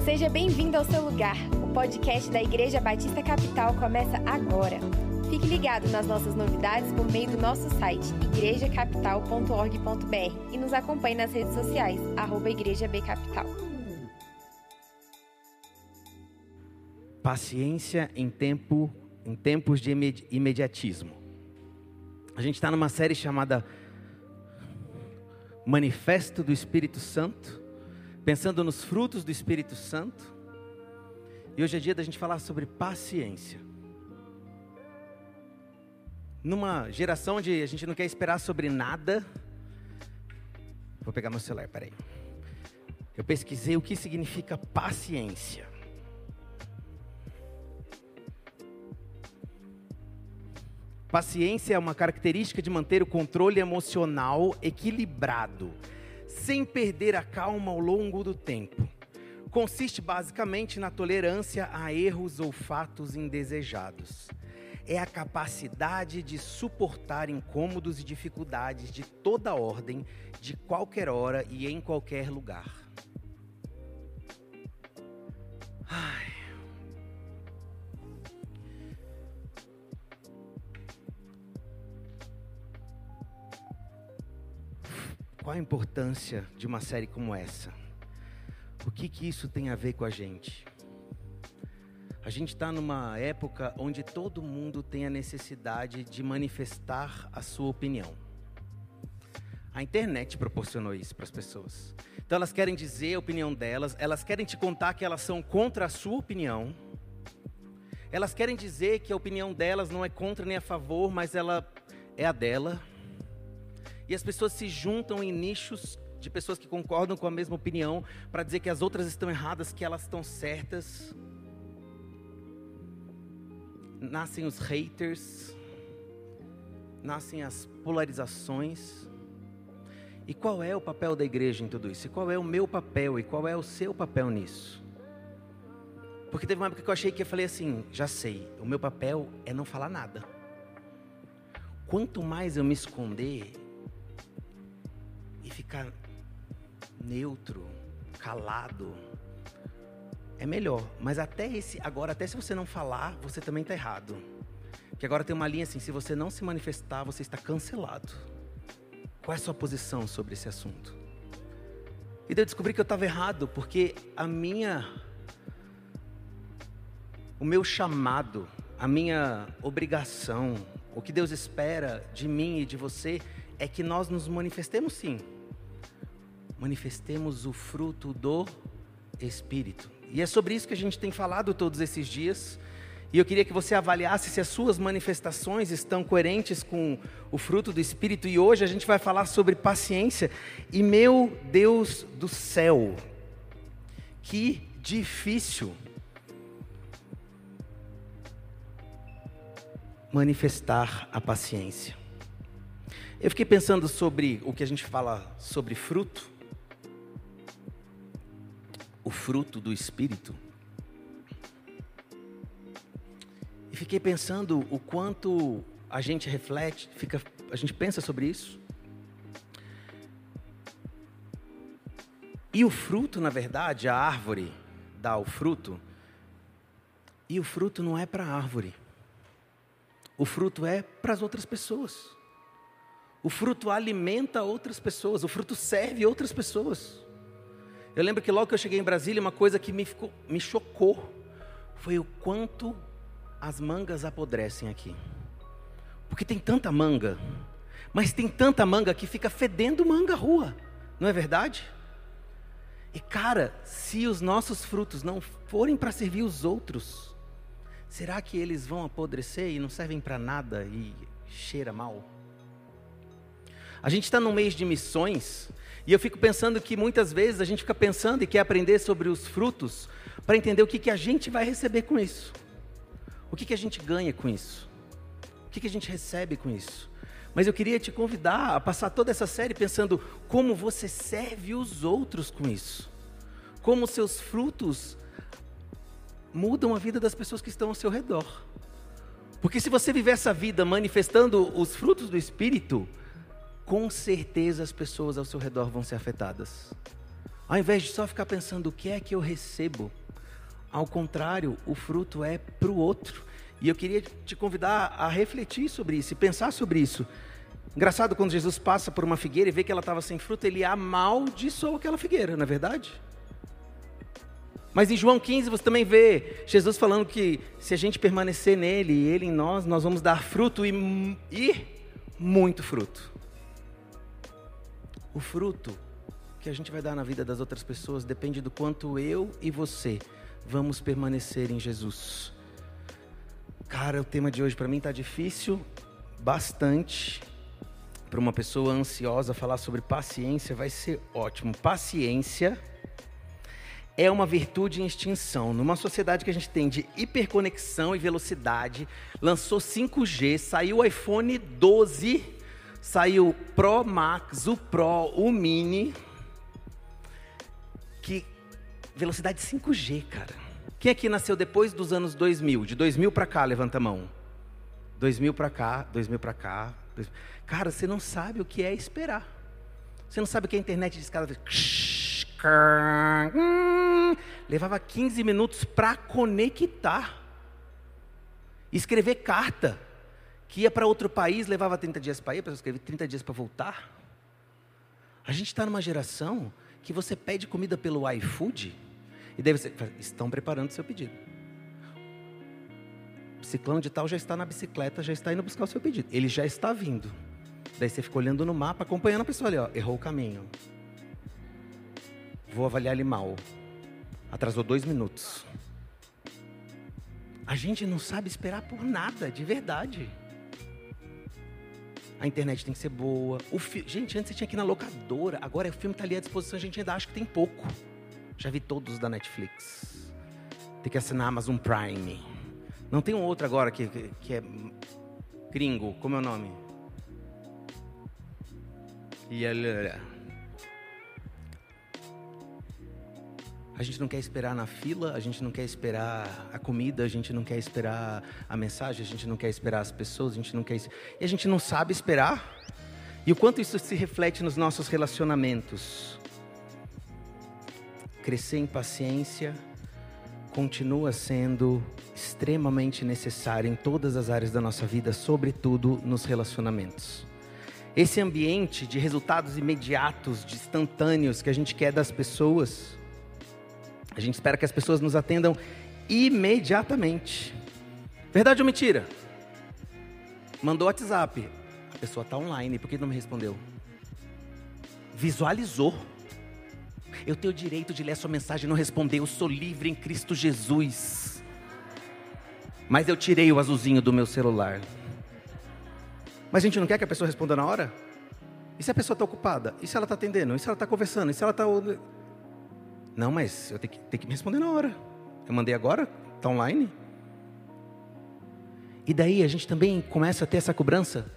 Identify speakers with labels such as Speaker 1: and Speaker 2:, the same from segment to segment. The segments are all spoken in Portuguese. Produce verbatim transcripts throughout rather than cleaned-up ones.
Speaker 1: Seja bem-vindo ao seu lugar. O podcast da Igreja Batista Capital começa agora. Fique ligado nas nossas novidades por meio do nosso site igreja capital ponto org ponto br e nos acompanhe nas redes sociais, arroba igreja b capital.
Speaker 2: Paciência em, tempo, em tempos de imediatismo. A gente está numa série chamada Manifesto do Espírito Santo, pensando nos frutos do Espírito Santo. E hoje é dia da gente falar sobre paciência. Numa geração onde a gente não quer esperar sobre nada. Vou pegar meu celular, peraí. Eu pesquisei o que significa paciência. Paciência é uma característica de manter o controle emocional equilibrado, sem perder a calma ao longo do tempo. Consiste basicamente na tolerância a erros ou fatos indesejados. É a capacidade de suportar incômodos e dificuldades de toda ordem, de qualquer hora e em qualquer lugar. Ai. Qual a importância de uma série como essa? O que que isso tem a ver com a gente? A gente está numa época onde todo mundo tem a necessidade de manifestar a sua opinião. A internet proporcionou isso para as pessoas. Então elas querem dizer a opinião delas, elas querem te contar que elas são contra a sua opinião. Elas querem dizer que a opinião delas não é contra nem a favor, mas ela é a dela. E as pessoas se juntam em nichos de pessoas que concordam com a mesma opinião para dizer que as outras estão erradas, que elas estão certas. Nascem os haters, nascem as polarizações. E qual é o papel da igreja em tudo isso? E qual é o meu papel? E qual é o seu papel nisso? Porque teve uma época que eu achei que eu falei assim, já sei, o meu papel é não falar nada. Quanto mais eu me esconder e ficar neutro, calado, é melhor. Mas até esse, agora, até se você não falar, você também está errado. Porque agora tem uma linha assim, se você não se manifestar, você está cancelado. Qual é a sua posição sobre esse assunto? E daí eu descobri que eu estava errado, porque a minha, o meu chamado, a minha obrigação, o que Deus espera de mim e de você, é que nós nos manifestemos sim. Manifestemos o fruto do Espírito. E é sobre isso que a gente tem falado todos esses dias. E eu queria que você avaliasse se as suas manifestações estão coerentes com o fruto do Espírito. E hoje a gente vai falar sobre paciência. E meu Deus do céu, que difícil manifestar a paciência. Eu fiquei pensando sobre o que a gente fala sobre fruto. O fruto do Espírito. E fiquei pensando o quanto a gente reflete, fica, a gente pensa sobre isso. E o fruto, na verdade, a árvore dá o fruto. E o fruto não é para a árvore. O fruto é para as outras pessoas. O fruto alimenta outras pessoas. O fruto serve outras pessoas. Eu lembro que logo que eu cheguei em Brasília, uma coisa que me, ficou, me chocou foi o quanto as mangas apodrecem aqui. Porque tem tanta manga, mas tem tanta manga que fica fedendo manga à rua, não é verdade? E cara, se os nossos frutos não forem para servir os outros, será que eles vão apodrecer e não servem para nada e cheira mal? A gente está num mês de missões. E eu fico pensando que muitas vezes a gente fica pensando e quer aprender sobre os frutos para entender o que, que a gente vai receber com isso. O que, que a gente ganha com isso. O que, que a gente recebe com isso. Mas eu queria te convidar a passar toda essa série pensando como você serve os outros com isso. Como os seus frutos mudam a vida das pessoas que estão ao seu redor. Porque se você viver essa vida manifestando os frutos do Espírito, com certeza as pessoas ao seu redor vão ser afetadas. Ao invés de só ficar pensando o que é que eu recebo, ao contrário, o fruto é para o outro. E eu queria te convidar a refletir sobre isso e pensar sobre isso. Engraçado, quando Jesus passa por uma figueira e vê que ela estava sem fruto, ele amaldiçoa aquela figueira, não é verdade? Mas em João quinze você também vê Jesus falando que se a gente permanecer nele e ele em nós, nós vamos dar fruto e, e muito fruto. O fruto que a gente vai dar na vida das outras pessoas depende do quanto eu e você vamos permanecer em Jesus. Cara, o tema de hoje para mim está difícil, bastante. Para uma pessoa ansiosa falar sobre paciência vai ser ótimo. Paciência é uma virtude em extinção. Numa sociedade que a gente tem de hiperconexão e velocidade, lançou cinco G, saiu o iPhone doze, saiu o Pro Max, o Pro, o Mini. Que velocidade cinco G, cara. Quem aqui nasceu depois dos anos dois mil? De dois mil para cá, levanta a mão. dois mil para cá, dois mil para cá. dois mil. Cara, você não sabe o que é esperar. Você não sabe o que é a internet de escada. Levava quinze minutos para conectar. Escrever carta, que ia para outro país, levava trinta dias para ir, a pessoa escrevia trinta dias para voltar. A gente está numa geração que você pede comida pelo iFood, e daí você fala, estão preparando o seu pedido. O ciclano de tal já está na bicicleta, já está indo buscar o seu pedido. Ele já está vindo. Daí você fica olhando no mapa, acompanhando a pessoa ali, ó, errou o caminho. Vou avaliar ele mal. Atrasou dois minutos. A gente não sabe esperar por nada, de verdade. A internet tem que ser boa. O fi... Gente, antes você tinha que ir na locadora. Agora o filme está ali à disposição, a gente ainda acha que tem pouco. Já vi todos da Netflix. Tem que assinar Amazon Prime. Não tem um outro agora que, que, que é gringo. Como é o nome? E a gente não quer esperar na fila, a gente não quer esperar a comida, a gente não quer esperar a mensagem, a gente não quer esperar as pessoas, a gente não quer... E a gente não sabe esperar. E o quanto isso se reflete nos nossos relacionamentos. Crescer em paciência continua sendo extremamente necessário em todas as áreas da nossa vida, sobretudo nos relacionamentos. Esse ambiente de resultados imediatos, de instantâneos que a gente quer das pessoas, a gente espera que as pessoas nos atendam imediatamente. Verdade ou mentira? Mandou WhatsApp, a pessoa está online, por que não me respondeu? Visualizou. Eu tenho o direito de ler a sua mensagem e não responder. Eu sou livre em Cristo Jesus. Mas eu tirei o azulzinho do meu celular. Mas a gente não quer que a pessoa responda na hora? E se a pessoa está ocupada? E se ela está atendendo? E se ela está conversando? E se ela está... Não, mas eu tenho que, tenho que me responder na hora. Eu mandei agora? Está online? E daí a gente também começa a ter essa cobrança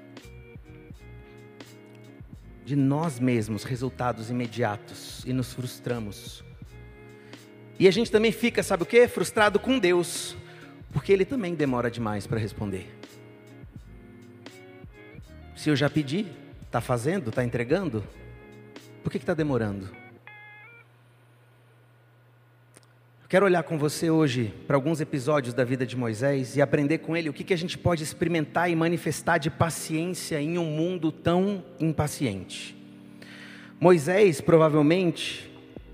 Speaker 2: de nós mesmos, resultados imediatos, e nos frustramos. E a gente também fica, sabe o quê? Frustrado com Deus, porque Ele também demora demais para responder. Se eu já pedi, está fazendo, está entregando, por que está demorando? Quero olhar com você hoje para alguns episódios da vida de Moisés e aprender com ele o que, que a gente pode experimentar e manifestar de paciência em um mundo tão impaciente. Moisés, provavelmente,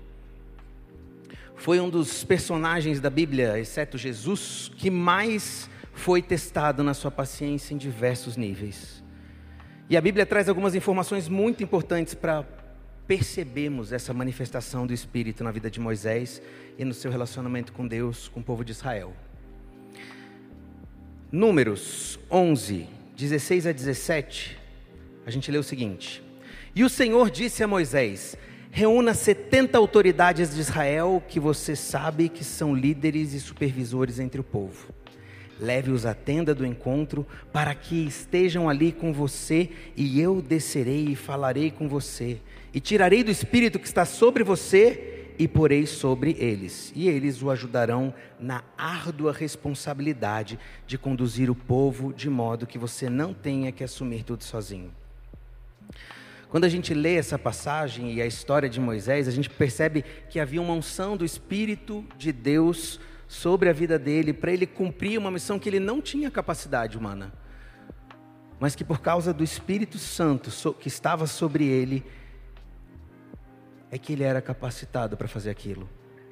Speaker 2: foi um dos personagens da Bíblia, exceto Jesus, que mais foi testado na sua paciência em diversos níveis. E a Bíblia traz algumas informações muito importantes para percebermos essa manifestação do Espírito na vida de Moisés e no seu relacionamento com Deus, com o povo de Israel. Números onze, dezesseis a dezessete, a gente lê o seguinte: E o Senhor disse a Moisés: reúna setenta autoridades de Israel que você sabe que são líderes e supervisores entre o povo. Leve-os à tenda do encontro para que estejam ali com você, e eu descerei e falarei com você, e tirarei do Espírito que está sobre você e porei sobre eles, e eles o ajudarão na árdua responsabilidade de conduzir o povo de modo que você não tenha que assumir tudo sozinho. Quando a gente lê essa passagem e a história de Moisés, a gente percebe que havia uma unção do Espírito de Deus sobre a vida dele, para ele cumprir uma missão que ele não tinha capacidade humana, mas que por causa do Espírito Santo que estava sobre ele, é que ele era capacitado para fazer aquilo.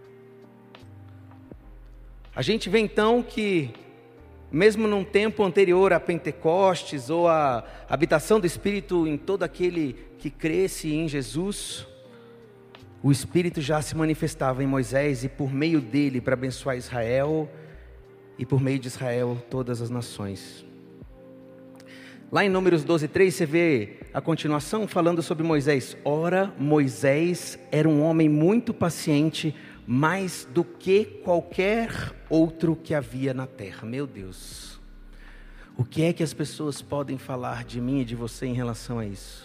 Speaker 2: A gente vê então que, mesmo num tempo anterior a Pentecostes, ou a habitação do Espírito em todo aquele que cresce em Jesus, o Espírito já se manifestava em Moisés, e por meio dele para abençoar Israel, e por meio de Israel todas as nações. Lá em Números doze, três, você vê a continuação falando sobre Moisés. Ora, Moisés era um homem muito paciente, mais do que qualquer outro que havia na terra. Meu Deus, o que é que as pessoas podem falar de mim e de você em relação a isso?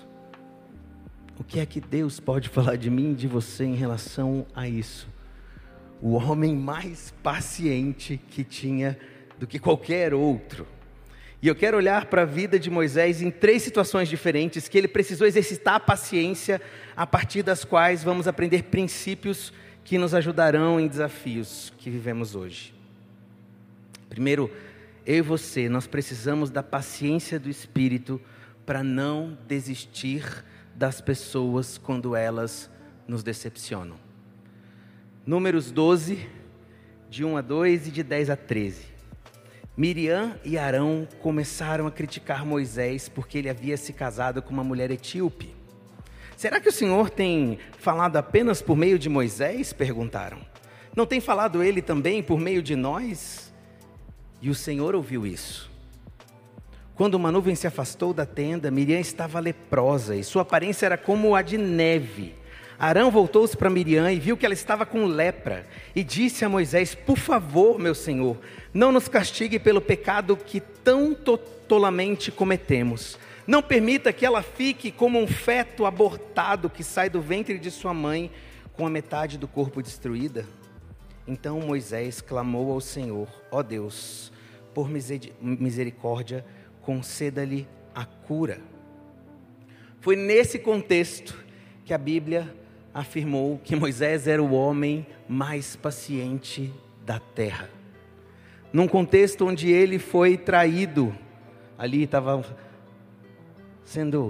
Speaker 2: O que é que Deus pode falar de mim e de você em relação a isso? O homem mais paciente que tinha do que qualquer outro. E eu quero olhar para a vida de Moisés em três situações diferentes, que ele precisou exercitar a paciência, a partir das quais vamos aprender princípios que nos ajudarão em desafios que vivemos hoje. Primeiro, eu e você, nós precisamos da paciência do Espírito para não desistir das pessoas quando elas nos decepcionam. Números doze, de um a dois e de dez a treze. Miriam e Arão começaram a criticar Moisés porque ele havia se casado com uma mulher etíope. Será que o Senhor tem falado apenas por meio de Moisés? Perguntaram. Não tem falado ele também por meio de nós? E o Senhor ouviu isso. Quando uma nuvem se afastou da tenda, Miriam estava leprosa e sua aparência era como a de neve. Arão voltou-se para Miriam e viu que ela estava com lepra e disse a Moisés: por favor, meu senhor, não nos castigue pelo pecado que tão tolamente cometemos. Não permita que ela fique como um feto abortado que sai do ventre de sua mãe com a metade do corpo destruída. Então Moisés clamou ao Senhor: ó Deus, por misericórdia, conceda-lhe a cura. Foi nesse contexto que a Bíblia afirmou que Moisés era o homem mais paciente da terra. Num contexto onde ele foi traído, ali estava sendo...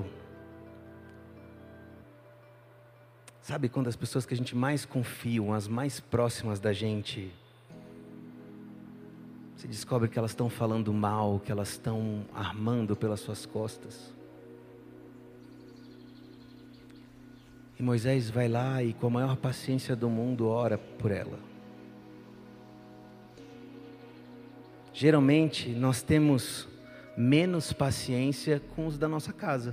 Speaker 2: Sabe quando as pessoas que a gente mais confia, as mais próximas da gente, você descobre que elas estão falando mal, que elas estão armando pelas suas costas. E Moisés vai lá e com a maior paciência do mundo ora por ela. Geralmente nós temos menos paciência com os da nossa casa.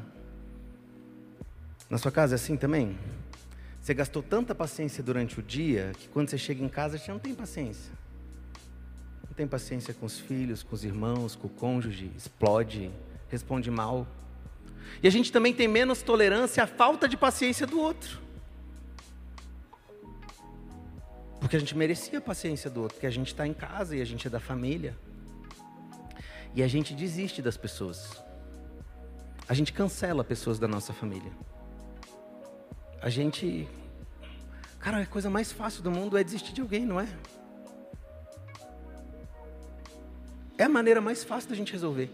Speaker 2: Na sua casa é assim também? Você gastou tanta paciência durante o dia que quando você chega em casa você não tem paciência. Não tem paciência com os filhos, com os irmãos, com o cônjuge, explode, responde mal. E a gente também tem menos tolerância à falta de paciência do outro. Porque a gente merecia a paciência do outro, porque a gente está em casa e a gente é da família. E a gente desiste das pessoas. A gente cancela pessoas da nossa família. A gente... Cara, a coisa mais fácil do mundo é desistir de alguém, não é? É a maneira mais fácil da gente resolver.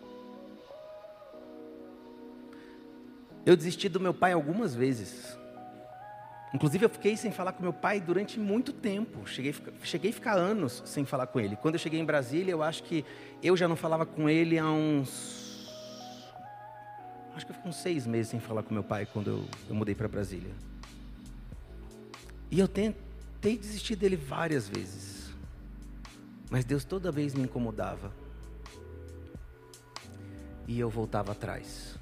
Speaker 2: Eu desisti do meu pai algumas vezes. Inclusive eu fiquei sem falar com meu pai durante muito tempo. Cheguei, cheguei a ficar anos sem falar com ele. Quando eu cheguei em Brasília, eu acho que eu já não falava com ele há uns... Acho que eu fiquei uns seis meses sem falar com meu pai quando eu, eu mudei para Brasília. E eu tentei desistir dele várias vezes. Mas Deus toda vez me incomodava. E eu voltava atrás.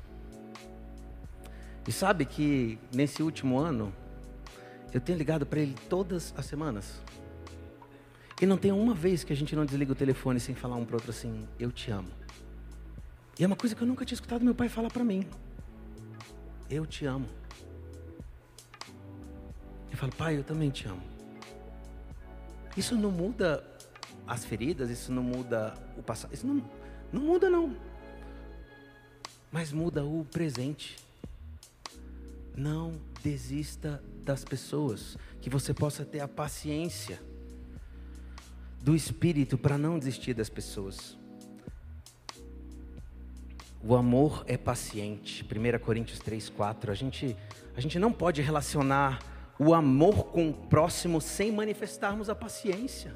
Speaker 2: E sabe que nesse último ano, eu tenho ligado para ele todas as semanas. E não tem uma vez que a gente não desliga o telefone sem falar um para o outro assim: eu te amo. E é uma coisa que eu nunca tinha escutado meu pai falar para mim. Eu te amo. Eu falo: pai, eu também te amo. Isso não muda as feridas, isso não muda o passado, isso não, não muda não. Mas muda o presente. Não desista das pessoas. Que você possa ter a paciência do Espírito para não desistir das pessoas. O amor é paciente. primeira Coríntios três, quatro. A gente, a gente não pode relacionar o amor com o próximo sem manifestarmos a paciência.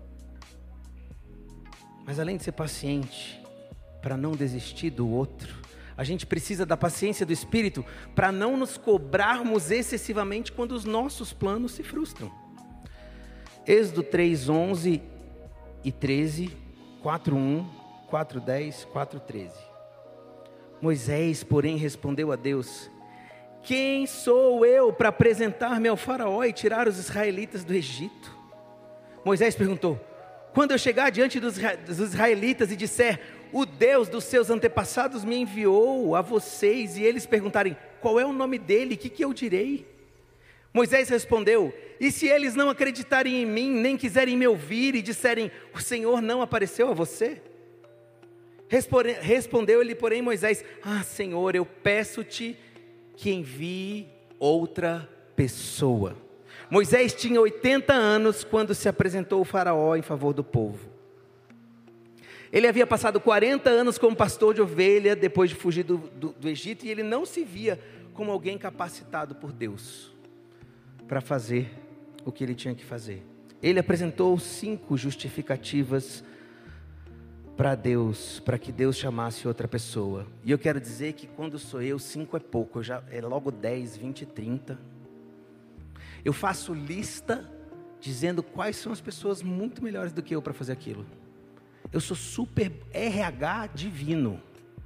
Speaker 2: Mas além de ser paciente, para não desistir do outro, a gente precisa da paciência do Espírito para não nos cobrarmos excessivamente quando os nossos planos se frustram. Êxodo três, onze e treze, quatro, um, quatro, dez, quatro, treze. Moisés, porém, respondeu a Deus: quem sou eu para apresentar-me ao faraó e tirar os israelitas do Egito? Moisés perguntou: quando eu chegar diante dos israelitas e disser, o Deus dos seus antepassados me enviou a vocês, e eles perguntarem, qual é o nome dele, o que, que eu direi? Moisés respondeu: e se eles não acreditarem em mim, nem quiserem me ouvir e disserem, o Senhor não apareceu a você? Respondeu-lhe, porém, Moisés: ah, Senhor, eu peço-te que envie outra pessoa. Moisés tinha oitenta anos quando se apresentou ao faraó em favor do povo. Ele havia passado quarenta anos como pastor de ovelha depois de fugir do, do, do Egito, e ele não se via como alguém capacitado por Deus para fazer o que ele tinha que fazer. Ele apresentou cinco justificativas para Deus, para que Deus chamasse outra pessoa. E eu quero dizer que quando sou eu, cinco é pouco, eu já, é logo dez, vinte, trinta. Eu faço lista dizendo quais são as pessoas muito melhores do que eu para fazer aquilo. Eu sou super R H divino.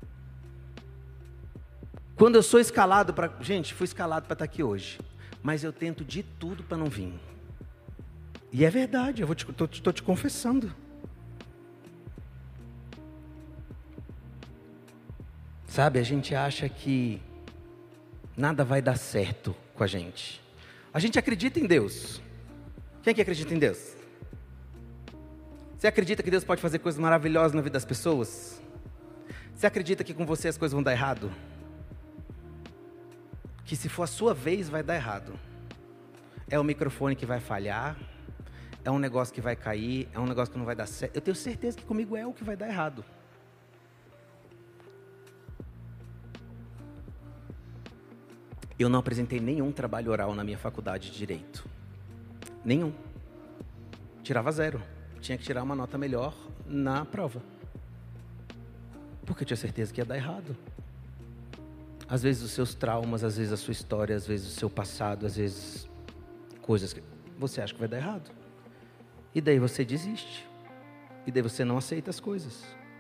Speaker 2: Quando eu sou escalado para... Gente, fui escalado para estar aqui hoje, mas eu tento de tudo para não vir. E é verdade, eu estou te, te confessando. Sabe, a gente acha que nada vai dar certo com a gente. A gente acredita em Deus. Quem é que acredita em Deus? Você acredita que Deus pode fazer coisas maravilhosas na vida das pessoas? Você acredita que com você as coisas vão dar errado? Que se for a sua vez vai dar errado. É o microfone que vai falhar, é um negócio que vai cair, é um negócio que não vai dar certo. Eu tenho certeza que comigo é o que vai dar errado. Eu não apresentei nenhum trabalho oral na minha faculdade de Direito. Nenhum. Tirava zero. Tinha que tirar uma nota melhor na prova. Porque eu tinha certeza que ia dar errado. Às vezes os seus traumas, às vezes a sua história, às vezes o seu passado, às vezes coisas que você acha que vai dar errado. E daí você desiste. E daí você não aceita as coisas.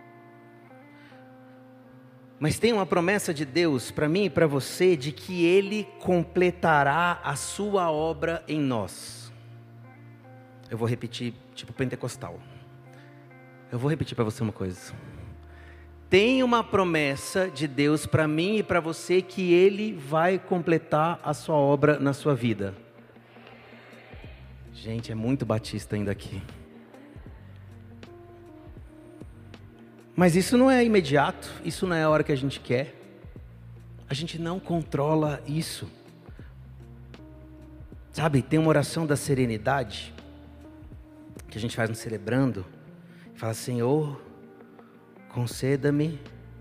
Speaker 2: Mas tem uma promessa de Deus para mim e para você, de que Ele completará a sua obra em nós. Eu vou repetir, tipo pentecostal. Eu vou repetir para você uma coisa. Tem uma promessa de Deus para mim e para você, que Ele vai completar a sua obra na sua vida. Gente, é muito batista ainda aqui. Mas isso não é imediato, isso não é a hora que a gente quer. A gente não controla isso. Sabe, tem uma oração da serenidade, que a gente faz no celebrando. Fala: Senhor, conceda-me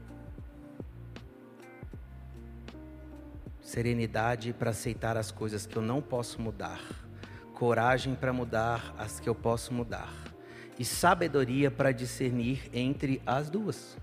Speaker 2: serenidade para aceitar as coisas que eu não posso mudar, coragem para mudar as que eu posso mudar, e sabedoria para discernir entre as duas.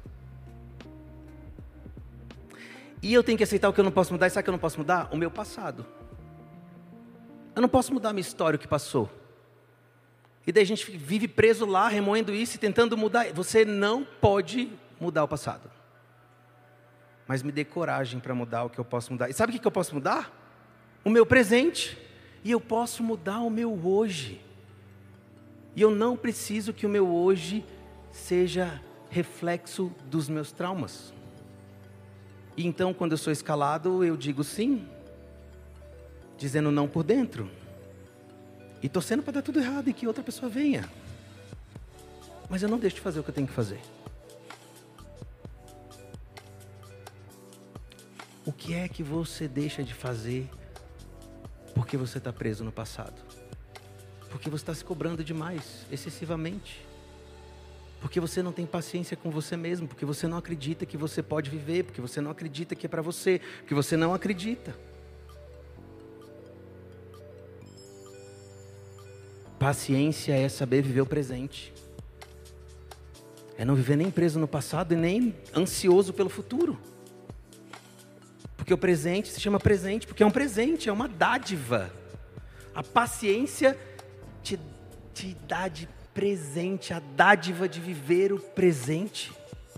Speaker 2: E eu tenho que aceitar o que eu não posso mudar. E sabe o que eu não posso mudar? O meu passado. Eu não posso mudar a minha história, o que passou. E daí a gente vive preso lá, remoendo isso e tentando mudar. Você não pode mudar o passado. Mas me dê coragem para mudar o que eu posso mudar. E sabe o que eu posso mudar? O meu presente. E eu posso mudar o meu hoje. E eu não preciso que o meu hoje seja reflexo dos meus traumas. E então, quando eu sou escalado, eu digo sim, dizendo não por dentro. E torcendo para dar tudo errado e que outra pessoa venha. Mas eu não deixo de fazer o que eu tenho que fazer. O que que é que você deixa de fazer porque você está preso no passado? Porque você está se cobrando demais, excessivamente. Porque você não tem paciência com você mesmo, porque você não acredita que você pode viver, porque você não acredita que é para você, porque você não acredita. Paciência é saber viver o presente. É não viver nem preso no passado e nem ansioso pelo futuro. Porque o presente se chama presente porque é um presente, é uma dádiva. A paciência te, te dá de presente, a dádiva de viver o presente,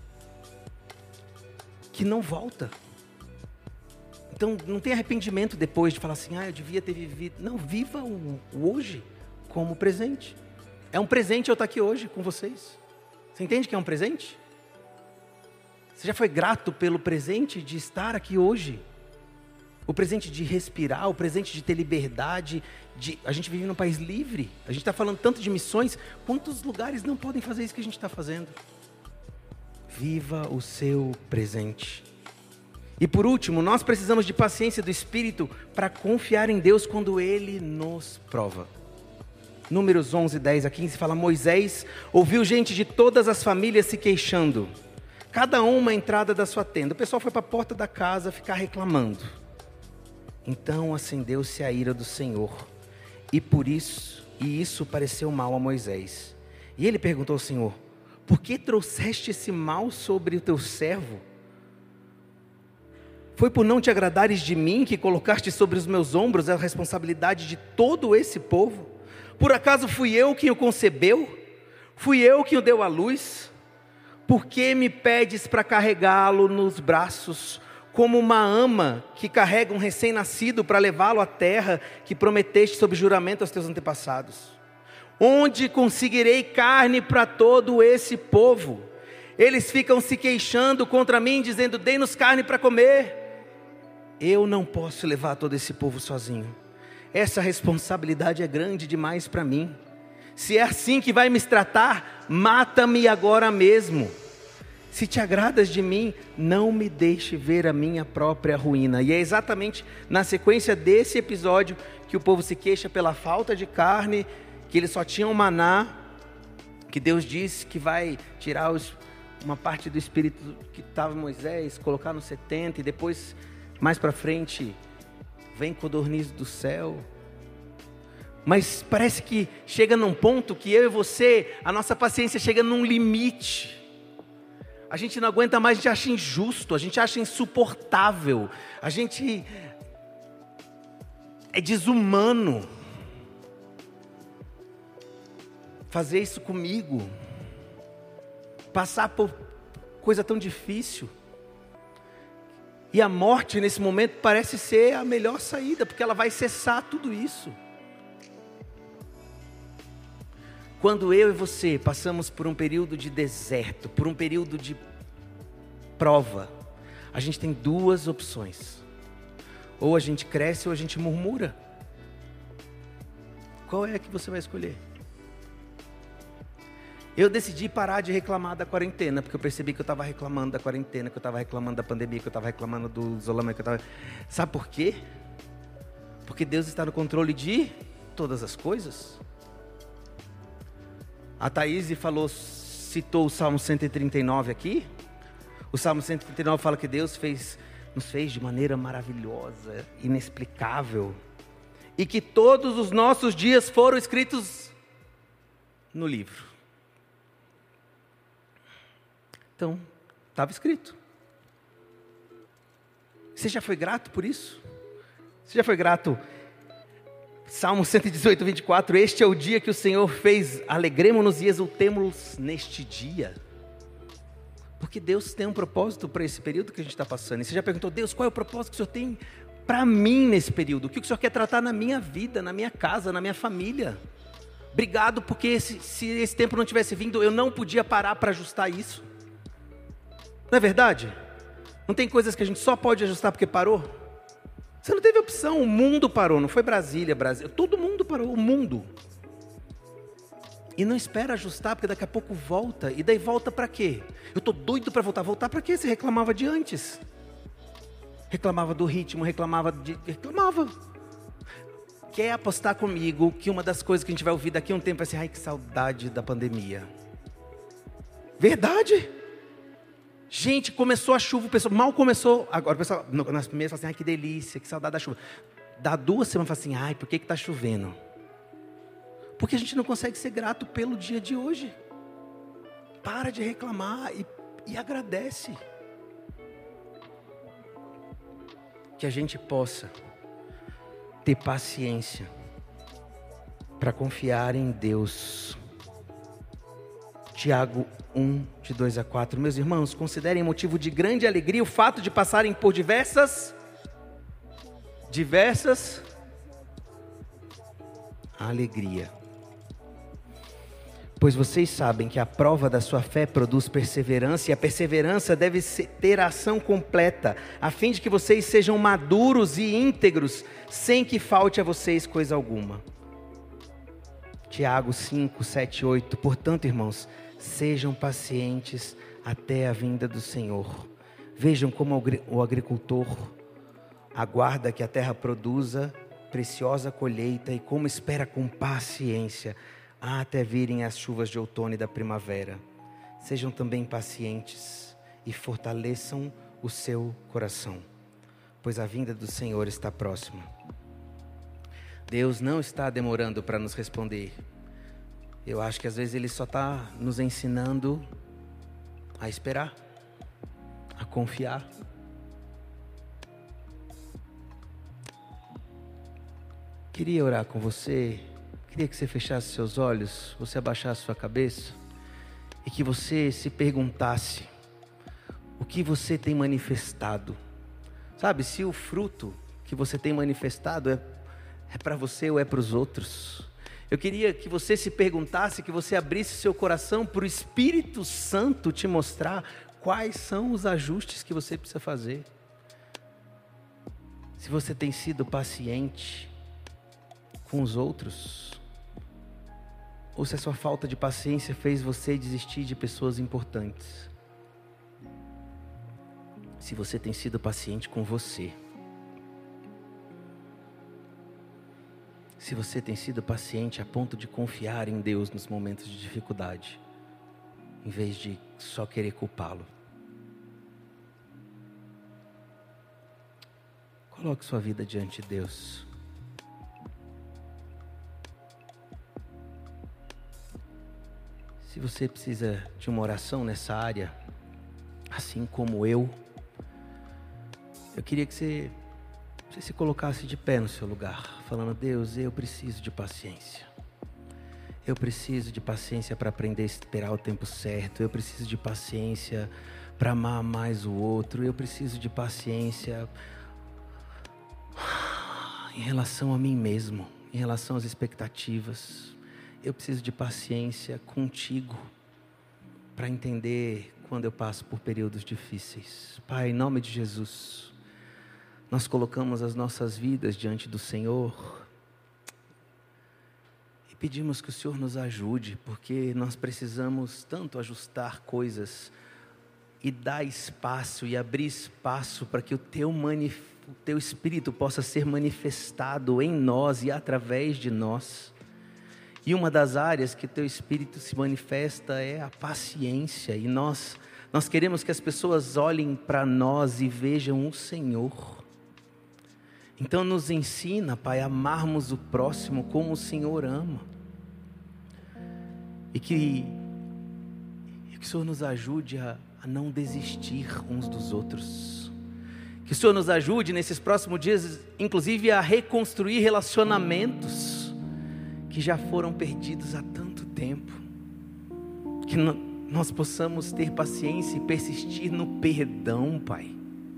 Speaker 2: que não volta. Então não tem arrependimento depois de falar assim, ah, eu devia ter vivido. Não, viva o, o hoje como presente. É um presente eu estar aqui hoje com vocês. Você entende que é um presente? Você já foi grato pelo presente de estar aqui hoje? O presente de respirar, o presente de ter liberdade. De... A gente vive num país livre. A gente está falando tanto de missões. Quantos lugares não podem fazer isso que a gente está fazendo? Viva o seu presente. E por último, nós precisamos de paciência do Espírito para confiar em Deus quando Ele nos prova. Números onze, dez a quinze fala: Moisés ouviu gente de todas as famílias se queixando, cada uma à entrada da sua tenda. O pessoal foi para a porta da casa ficar reclamando. Então acendeu-se a ira do Senhor, e por isso, e isso pareceu mal a Moisés. E ele perguntou ao Senhor: por que trouxeste esse mal sobre o teu servo? Foi por não te agradares de mim que colocaste sobre os meus ombros a responsabilidade de todo esse povo? Por acaso fui eu quem o concebeu? Fui eu quem o deu à luz? Por que me pedes para carregá-lo nos braços, como uma ama que carrega um recém-nascido para levá-lo à terra que prometeste sob juramento aos teus antepassados? Onde conseguirei carne para todo esse povo? Eles ficam se queixando contra mim, dizendo: dê-nos carne para comer. Eu não posso levar todo esse povo sozinho. Essa responsabilidade é grande demais para mim. Se é assim que vai me tratar, mata-me agora mesmo. Se te agradas de mim, não me deixe ver a minha própria ruína. E é exatamente na sequência desse episódio que o povo se queixa pela falta de carne, que eles só tinham maná, que Deus disse que vai tirar os, uma parte do espírito que estava em Moisés, colocar no setenta, e depois, mais para frente, vem codorniz do céu. Mas parece que chega num ponto que eu e você, a nossa paciência chega num limite. A gente não aguenta mais, a gente acha injusto, a gente acha insuportável, a gente é desumano fazer isso comigo, passar por coisa tão difícil. E a morte nesse momento parece ser a melhor saída, porque ela vai cessar tudo isso. Quando eu e você passamos por um período de deserto, por um período de prova, a gente tem duas opções. Ou a gente cresce ou a gente murmura. Qual é a que você vai escolher? Eu decidi parar de reclamar da quarentena, porque eu percebi que eu estava reclamando da quarentena, que eu estava reclamando da pandemia, que eu estava reclamando do isolamento, que eu estava... Sabe por quê? Porque Deus está no controle de todas as coisas. A Thaís falou, citou o Salmo cento e trinta e nove aqui. O Salmo cento e trinta e nove fala que Deus fez, nos fez de maneira maravilhosa, inexplicável. E que todos os nossos dias foram escritos no livro. Então, estava escrito. Você já foi grato por isso? Você já foi grato? Salmo cento e dezoito, vinte e quatro, este é o dia que o Senhor fez, alegremos-nos e exultemos neste dia. Porque Deus tem um propósito para esse período que a gente está passando. E você já perguntou: Deus, qual é o propósito que o Senhor tem para mim nesse período? O que o Senhor quer tratar na minha vida, na minha casa, na minha família? Obrigado, porque esse, se esse tempo não tivesse vindo, eu não podia parar para ajustar isso. Não é verdade? Não tem coisas que a gente só pode ajustar porque parou? Você não teve opção, o mundo parou, não foi Brasília, Brasil, todo mundo parou, o mundo. E não espera ajustar, porque daqui a pouco volta, e daí volta para quê? Eu estou doido para voltar, voltar para quê? Você reclamava de antes. Reclamava do ritmo, reclamava de... Reclamava. Quer apostar comigo que uma das coisas que a gente vai ouvir daqui a um tempo vai ser: ai, que saudade da pandemia. Verdade. Gente, começou a chuva, o pessoal, mal começou, agora o pessoal, nas primeiras fala assim: ai, que delícia, que saudade da chuva. Dá duas semanas, fala assim: ai, por que que está chovendo? Porque a gente não consegue ser grato pelo dia de hoje. Para de reclamar e, e agradece. Que a gente possa ter paciência para confiar em Deus. Tiago um, de dois a quatro. Meus irmãos, considerem motivo de grande alegria o fato de passarem por diversas, diversas, alegria. Pois vocês sabem que a prova da sua fé produz perseverança, e a perseverança deve ter ação completa, a fim de que vocês sejam maduros e íntegros, sem que falte a vocês coisa alguma. Tiago cinco, sete e oito. Portanto, irmãos, sejam pacientes até a vinda do Senhor. Vejam como o agricultor aguarda que a terra produza preciosa colheita, e como espera com paciência até virem as chuvas de outono e da primavera. Sejam também pacientes e fortaleçam o seu coração, pois a vinda do Senhor está próxima. Deus não está demorando para nos responder. Eu acho que às vezes Ele só está nos ensinando a esperar, a confiar. Queria orar com você. Queria que você fechasse seus olhos, você abaixasse sua cabeça e que você se perguntasse o que você tem manifestado. Sabe, se o fruto que você tem manifestado é, é para você ou é para os outros. Eu queria que você se perguntasse, que você abrisse seu coração para o Espírito Santo te mostrar quais são os ajustes que você precisa fazer. Se você tem sido paciente com os outros, ou se a sua falta de paciência fez você desistir de pessoas importantes. Se você tem sido paciente com você. Se você tem sido paciente a ponto de confiar em Deus nos momentos de dificuldade, em vez de só querer culpá-lo. Coloque sua vida diante de Deus. Se você precisa de uma oração nessa área, assim como eu, eu queria que você, você se colocasse de pé no seu lugar, falando: Deus, eu preciso de paciência. Eu preciso de paciência para aprender a esperar o tempo certo. Eu preciso de paciência para amar mais o outro. Eu preciso de paciência em relação a mim mesmo, em relação às expectativas. Eu preciso de paciência contigo para entender quando eu passo por períodos difíceis. Pai, em nome de Jesus, nós colocamos as nossas vidas diante do Senhor e pedimos que o Senhor nos ajude, porque nós precisamos tanto ajustar coisas e dar espaço e abrir espaço para que o teu, manif- o teu Espírito possa ser manifestado em nós e através de nós. E uma das áreas que teu Espírito se manifesta é a paciência. E nós, nós queremos que as pessoas olhem para nós e vejam o Senhor. Então nos ensina, Pai, a amarmos o próximo como o Senhor ama. E que, e que o Senhor nos ajude a, a não desistir uns dos outros. Que o Senhor nos ajude nesses próximos dias, inclusive, a reconstruir relacionamentos que já foram perdidos há tanto tempo. Que no, nós possamos ter paciência e persistir no perdão, Pai.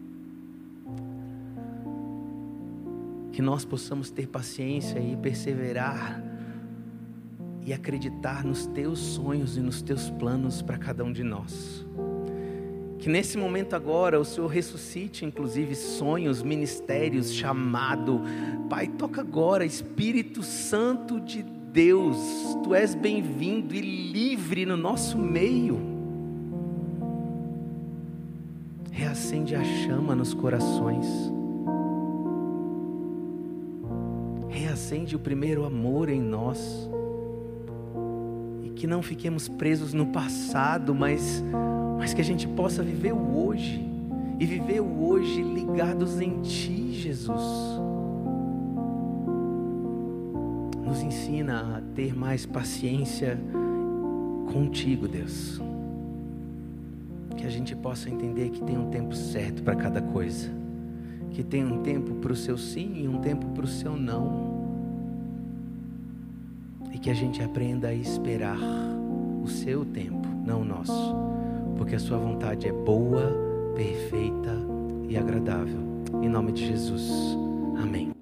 Speaker 2: Que nós possamos ter paciência e perseverar e acreditar nos teus sonhos e nos teus planos para cada um de nós. Que nesse momento agora o Senhor ressuscite inclusive sonhos, ministérios, chamado. Pai, toca agora, Espírito Santo de Deus, Tu és bem-vindo e livre no nosso meio. reacende a chama nos corações. Reacende o primeiro amor em nós. E que não fiquemos presos no passado, mas, mas que a gente possa viver o hoje. E viver o hoje ligados em Ti, Jesus. Nos ensina a ter mais paciência contigo, Deus. Que a gente possa entender que tem um tempo certo para cada coisa. Que tem um tempo para o seu sim e um tempo para o seu não. E que a gente aprenda a esperar o seu tempo, não o nosso. Porque a sua vontade é boa, perfeita e agradável. Em nome de Jesus. Amém.